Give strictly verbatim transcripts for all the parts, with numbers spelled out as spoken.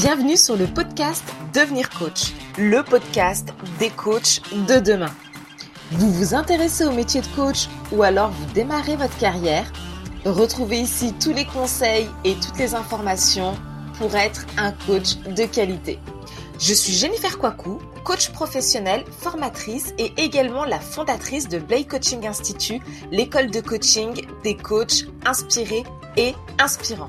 Bienvenue sur le podcast Devenir coach, le podcast des coachs de demain. Vous vous intéressez au métier de coach ou alors vous démarrez votre carrière? Retrouvez ici tous les conseils et toutes les informations pour être un coach de qualité. Je suis Jennifer Kouakou, coach professionnelle, formatrice et également la fondatrice de Blake Coaching Institute, l'école de coaching des coachs inspirés et inspirants.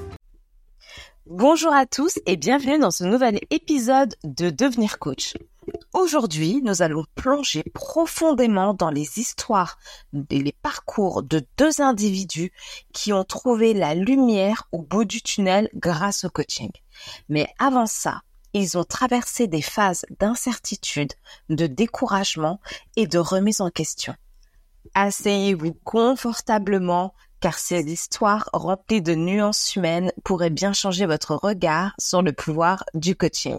Bonjour à tous et bienvenue dans ce nouvel épisode de Devenir coach. Aujourd'hui, nous allons plonger profondément dans les histoires et les parcours de deux individus qui ont trouvé la lumière au bout du tunnel grâce au coaching. Mais avant ça, ils ont traversé des phases d'incertitude, de découragement et de remise en question. Asseyez-vous confortablement car ces histoires remplies de nuances humaines pourraient bien changer votre regard sur le pouvoir du coaching.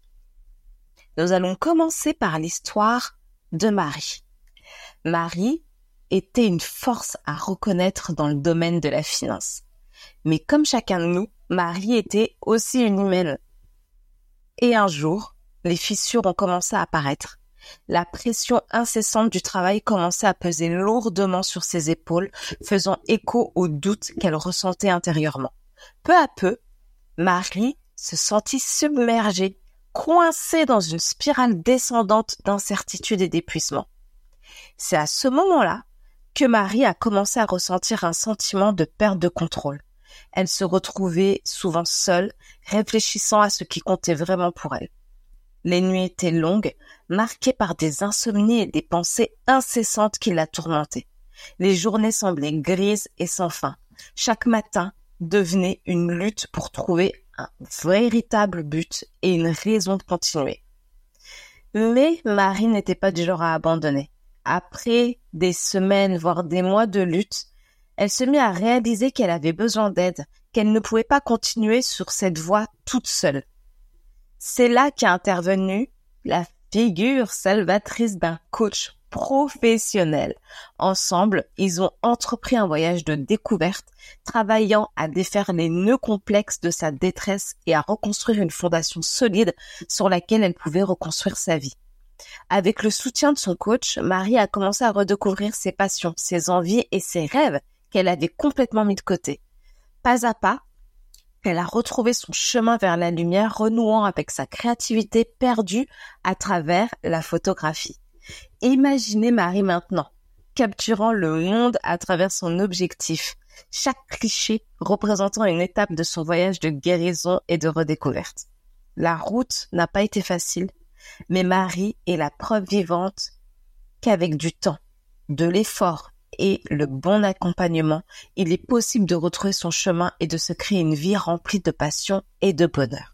Nous allons commencer par l'histoire de Marie. Marie était une force à reconnaître dans le domaine de la finance. Mais comme chacun de nous, Marie était aussi une humaine. Et un jour, les fissures ont commencé à apparaître. La pression incessante du travail commençait à peser lourdement sur ses épaules, faisant écho aux doutes qu'elle ressentait intérieurement. Peu à peu, Marie se sentit submergée, coincée dans une spirale descendante d'incertitude et d'épuisement. C'est à ce moment-là que Marie a commencé à ressentir un sentiment de perte de contrôle. Elle se retrouvait souvent seule, réfléchissant à ce qui comptait vraiment pour elle. Les nuits étaient longues, marquées par des insomnies et des pensées incessantes qui la tourmentaient. Les journées semblaient grises et sans fin. Chaque matin devenait une lutte pour trouver un véritable but et une raison de continuer. Mais Marie n'était pas du genre à abandonner. Après des semaines, voire des mois de lutte, elle se mit à réaliser qu'elle avait besoin d'aide, qu'elle ne pouvait pas continuer sur cette voie toute seule. C'est là qu'est intervenue la figure salvatrice d'un coach professionnel. Ensemble, ils ont entrepris un voyage de découverte, travaillant à défaire les nœuds complexes de sa détresse et à reconstruire une fondation solide sur laquelle elle pouvait reconstruire sa vie. Avec le soutien de son coach, Marie a commencé à redécouvrir ses passions, ses envies et ses rêves qu'elle avait complètement mis de côté. Pas à pas, elle a retrouvé son chemin vers la lumière, renouant avec sa créativité perdue à travers la photographie. Imaginez Marie maintenant, capturant le monde à travers son objectif, chaque cliché représentant une étape de son voyage de guérison et de redécouverte. La route n'a pas été facile, mais Marie est la preuve vivante qu'avec du temps, de l'effort et le bon accompagnement, il est possible de retrouver son chemin et de se créer une vie remplie de passion et de bonheur.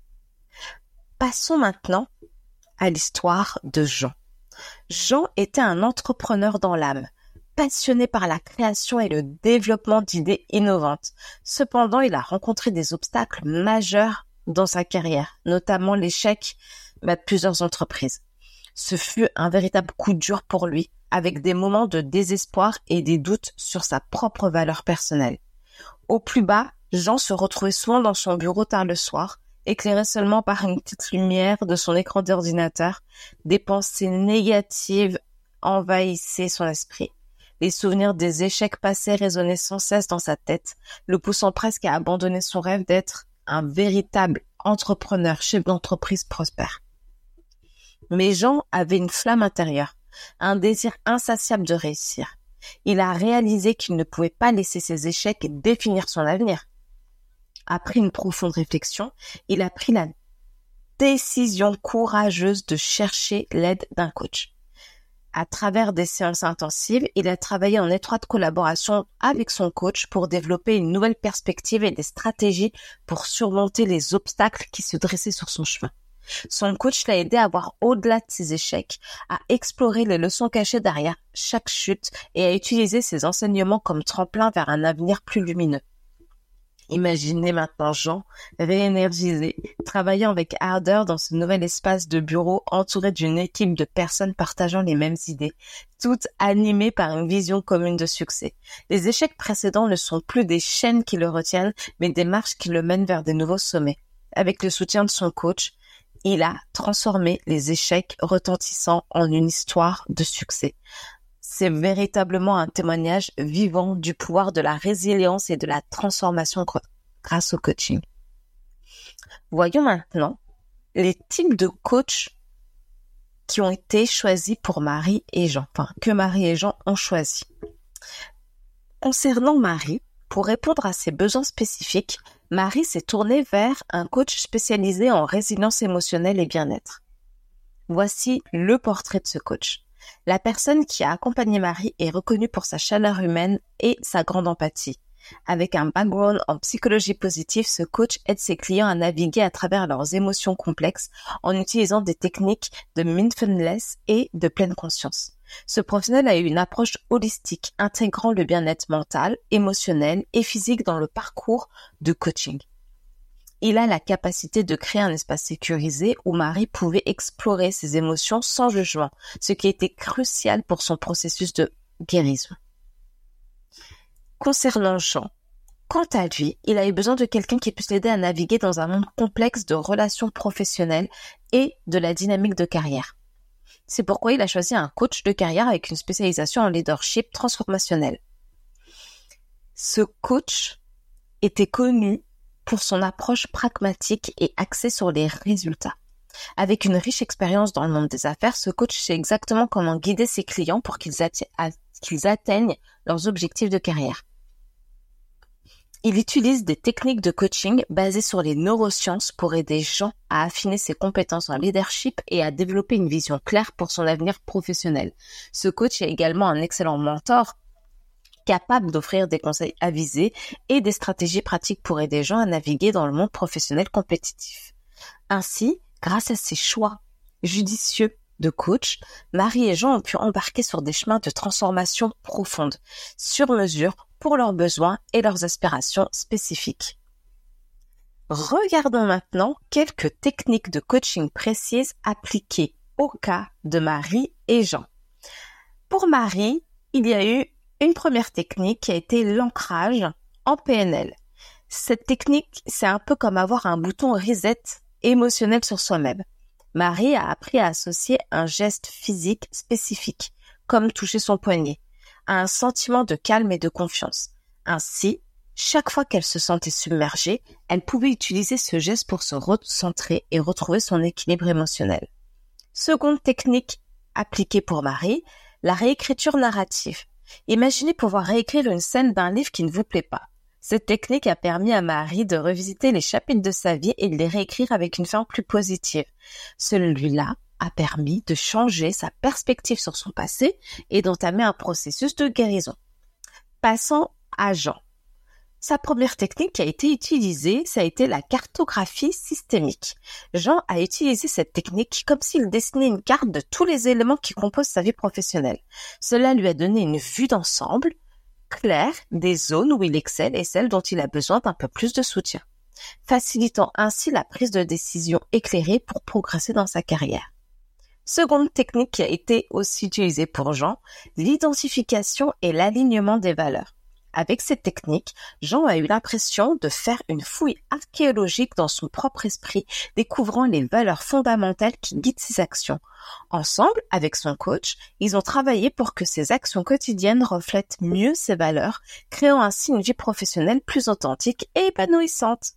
Passons maintenant à l'histoire de Jean. Jean était un entrepreneur dans l'âme, passionné par la création et le développement d'idées innovantes. Cependant, il a rencontré des obstacles majeurs dans sa carrière, notamment l'échec de plusieurs entreprises. Ce fut un véritable coup dur pour lui, avec des moments de désespoir et des doutes sur sa propre valeur personnelle. Au plus bas, Jean se retrouvait souvent dans son bureau tard le soir, éclairé seulement par une petite lumière de son écran d'ordinateur. Des pensées négatives envahissaient son esprit. Les souvenirs des échecs passés résonnaient sans cesse dans sa tête, le poussant presque à abandonner son rêve d'être un véritable entrepreneur, chef d'entreprise prospère. Mais Jean avait une flamme intérieure, un désir insatiable de réussir. Il a réalisé qu'il ne pouvait pas laisser ses échecs définir son avenir. Après une profonde réflexion, il a pris la décision courageuse de chercher l'aide d'un coach. À travers des séances intensives, il a travaillé en étroite collaboration avec son coach pour développer une nouvelle perspective et des stratégies pour surmonter les obstacles qui se dressaient sur son chemin. Son coach l'a aidé à voir au-delà de ses échecs, à explorer les leçons cachées derrière chaque chute et à utiliser ses enseignements comme tremplin vers un avenir plus lumineux. Imaginez maintenant Jean, réénergisé, travaillant avec ardeur dans ce nouvel espace de bureau entouré d'une équipe de personnes partageant les mêmes idées, toutes animées par une vision commune de succès. Les échecs précédents ne sont plus des chaînes qui le retiennent, mais des marches qui le mènent vers de nouveaux sommets. avec le soutien de son coach, il a transformé les échecs retentissants en une histoire de succès. C'est véritablement un témoignage vivant du pouvoir de la résilience et de la transformation grâce au coaching. Voyons maintenant les types de coachs qui ont été choisis pour Marie et Jean, enfin que Marie et Jean ont choisi. Concernant Marie, pour répondre à ses besoins spécifiques, Marie s'est tournée vers un coach spécialisé en résilience émotionnelle et bien-être. Voici le portrait de ce coach. La personne qui a accompagné Marie est reconnue pour sa chaleur humaine et sa grande empathie. Avec un background en psychologie positive, ce coach aide ses clients à naviguer à travers leurs émotions complexes en utilisant des techniques de mindfulness et de pleine conscience. Ce professionnel a eu une approche holistique, intégrant le bien-être mental, émotionnel et physique dans le parcours de coaching. Il a la capacité de créer un espace sécurisé où Marie pouvait explorer ses émotions sans jugement, ce qui était crucial pour son processus de guérison. Concernant Jean, quant à lui, il a eu besoin de quelqu'un qui puisse l'aider à naviguer dans un monde complexe de relations professionnelles et de la dynamique de carrière. C'est pourquoi il a choisi un coach de carrière avec une spécialisation en leadership transformationnel. Ce coach était connu pour son approche pragmatique et axée sur les résultats. Avec une riche expérience dans le monde des affaires, ce coach sait exactement comment guider ses clients pour qu'ils, atti- a- qu'ils atteignent leurs objectifs de carrière. Il utilise des techniques de coaching basées sur les neurosciences pour aider Jean à affiner ses compétences en leadership et à développer une vision claire pour son avenir professionnel. Ce coach est également un excellent mentor, capable d'offrir des conseils avisés et des stratégies pratiques pour aider Jean à naviguer dans le monde professionnel compétitif. Ainsi, grâce à ses choix judicieux de coach, Marie et Jean ont pu embarquer sur des chemins de transformation profonde, sur mesure pour leurs besoins et leurs aspirations spécifiques. Regardons maintenant quelques techniques de coaching précises appliquées au cas de Marie et Jean. Pour Marie, il y a eu une première technique qui a été l'ancrage en P N L. Cette technique, c'est un peu comme avoir un bouton reset émotionnel sur soi-même. Marie a appris à associer un geste physique spécifique, comme toucher son poignet, à un sentiment de calme et de confiance. Ainsi, chaque fois qu'elle se sentait submergée, elle pouvait utiliser ce geste pour se recentrer et retrouver son équilibre émotionnel. Seconde technique appliquée pour Marie, la réécriture narrative. Imaginez pouvoir réécrire une scène d'un livre qui ne vous plaît pas. Cette technique a permis à Marie de revisiter les chapitres de sa vie et de les réécrire avec une fin plus positive. Celui-là a permis de changer sa perspective sur son passé et d'entamer un processus de guérison. Passons à Jean. Sa première technique qui a été utilisée, ça a été la cartographie systémique. Jean a utilisé cette technique comme s'il dessinait une carte de tous les éléments qui composent sa vie professionnelle. Cela lui a donné une vue d'ensemble claire des zones où il excelle et celles dont il a besoin d'un peu plus de soutien, facilitant ainsi la prise de décision éclairée pour progresser dans sa carrière. Seconde technique qui a été aussi utilisée pour Jean, l'identification et l'alignement des valeurs. Avec cette technique, Jean a eu l'impression de faire une fouille archéologique dans son propre esprit, découvrant les valeurs fondamentales qui guident ses actions. Ensemble, avec son coach, ils ont travaillé pour que ses actions quotidiennes reflètent mieux ses valeurs, créant ainsi une vie professionnelle plus authentique et épanouissante.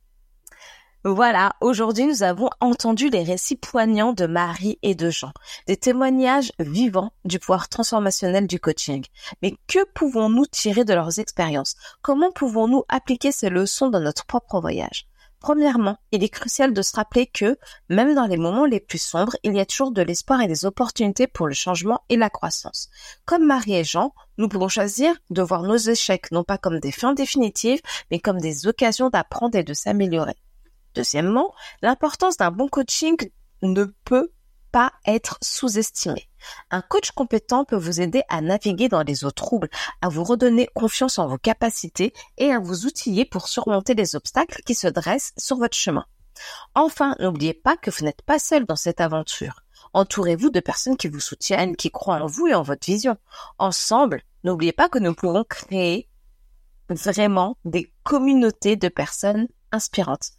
Voilà, aujourd'hui nous avons entendu les récits poignants de Marie et de Jean, des témoignages vivants du pouvoir transformationnel du coaching. Mais que pouvons-nous tirer de leurs expériences? Comment pouvons-nous appliquer ces leçons dans notre propre voyage? Premièrement, il est crucial de se rappeler que, même dans les moments les plus sombres, il y a toujours de l'espoir et des opportunités pour le changement et la croissance. Comme Marie et Jean, nous pouvons choisir de voir nos échecs non pas comme des fins définitives, mais comme des occasions d'apprendre et de s'améliorer. Deuxièmement, l'importance d'un bon coaching ne peut pas être sous-estimée. Un coach compétent peut vous aider à naviguer dans les eaux troubles, à vous redonner confiance en vos capacités et à vous outiller pour surmonter les obstacles qui se dressent sur votre chemin. Enfin, n'oubliez pas que vous n'êtes pas seul dans cette aventure. Entourez-vous de personnes qui vous soutiennent, qui croient en vous et en votre vision. Ensemble, n'oubliez pas que nous pouvons créer vraiment des communautés de personnes inspirantes.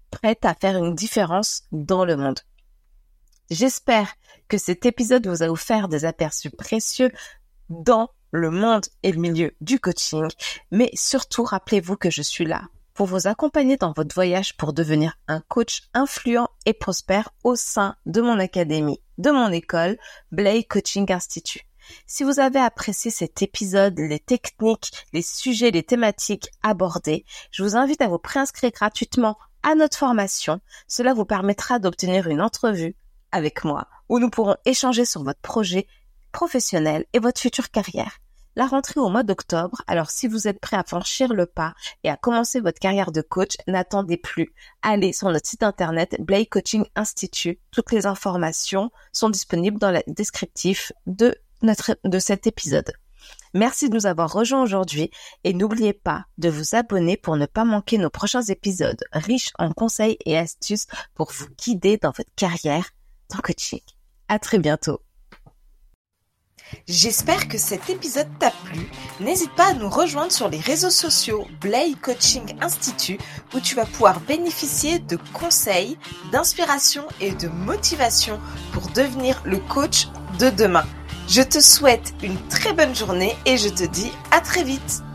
prête à faire une différence dans le monde. J'espère que cet épisode vous a offert des aperçus précieux dans le monde et le milieu du coaching, mais surtout rappelez-vous que je suis là pour vous accompagner dans votre voyage pour devenir un coach influent et prospère au sein de mon académie, de mon école, Blay Coaching Institute. Si vous avez apprécié cet épisode, les techniques, les sujets, les thématiques abordées, je vous invite à vous préinscrire gratuitement à notre formation. Cela vous permettra d'obtenir une entrevue avec moi où nous pourrons échanger sur votre projet professionnel et votre future carrière. La rentrée au mois d'octobre, alors si vous êtes prêt à franchir le pas et à commencer votre carrière de coach, n'attendez plus. Allez sur notre site internet Blay Coaching Institute. Toutes les informations sont disponibles dans le descriptif de notre de cet épisode. Merci de nous avoir rejoints aujourd'hui et n'oubliez pas de vous abonner pour ne pas manquer nos prochains épisodes riches en conseils et astuces pour vous guider dans votre carrière dans coaching. À très bientôt. J'espère que cet épisode t'a plu. N'hésite pas à nous rejoindre sur les réseaux sociaux Blay Coaching Institute où tu vas pouvoir bénéficier de conseils, d'inspiration et de motivation pour devenir le coach de demain. Je te souhaite une très bonne journée et je te dis à très vite.